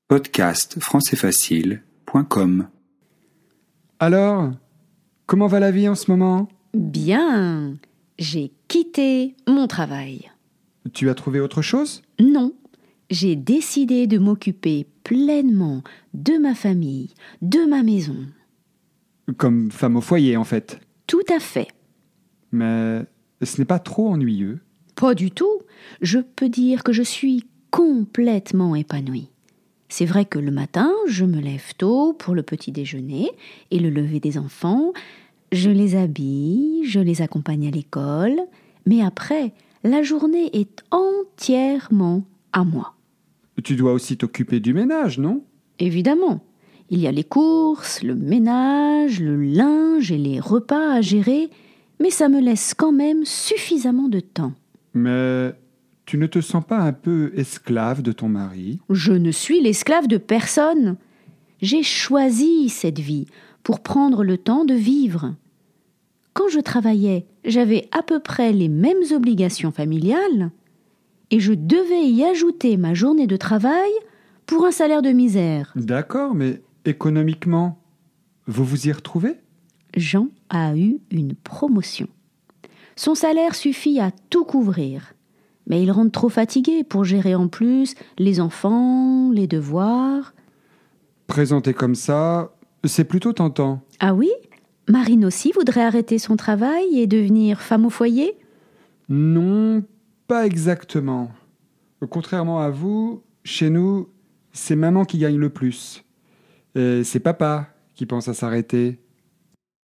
podcastfrancaisfacile.com. Alors, comment va la vie en ce moment ? Bien, j'ai quitté mon travail. Tu as trouvé autre chose ? Non, j'ai décidé de m'occuper pleinement de ma famille, de ma maison. Comme femme au foyer, en fait. Tout à fait. Mais ce n'est pas trop ennuyeux. Pas du tout. Je peux dire que je suis complètement épanouie. C'est vrai que le matin, je me lève tôt pour le petit déjeuner et le lever des enfants. Je les habille, je les accompagne à l'école. Mais après, la journée est entièrement à moi. Tu dois aussi t'occuper du ménage, non ? Évidemment, il y a les courses, le ménage, le linge et les repas à gérer, mais ça me laisse quand même suffisamment de temps. Mais tu ne te sens pas un peu esclave de ton mari ? Je ne suis l'esclave de personne. J'ai choisi cette vie pour prendre le temps de vivre. Quand je travaillais, j'avais à peu près les mêmes obligations familiales et je devais y ajouter ma journée de travail pour un salaire de misère. D'accord, mais économiquement, vous vous y retrouvez ? Jean a eu une promotion. Son salaire suffit à tout couvrir. Mais il rentre trop fatigué pour gérer en plus les enfants, les devoirs. Présenté comme ça, c'est plutôt tentant. Ah oui ? Marine aussi voudrait arrêter son travail et devenir femme au foyer ? Non, pas exactement. Contrairement à vous, chez nous, c'est maman qui gagne le plus. Et c'est papa qui pense à s'arrêter.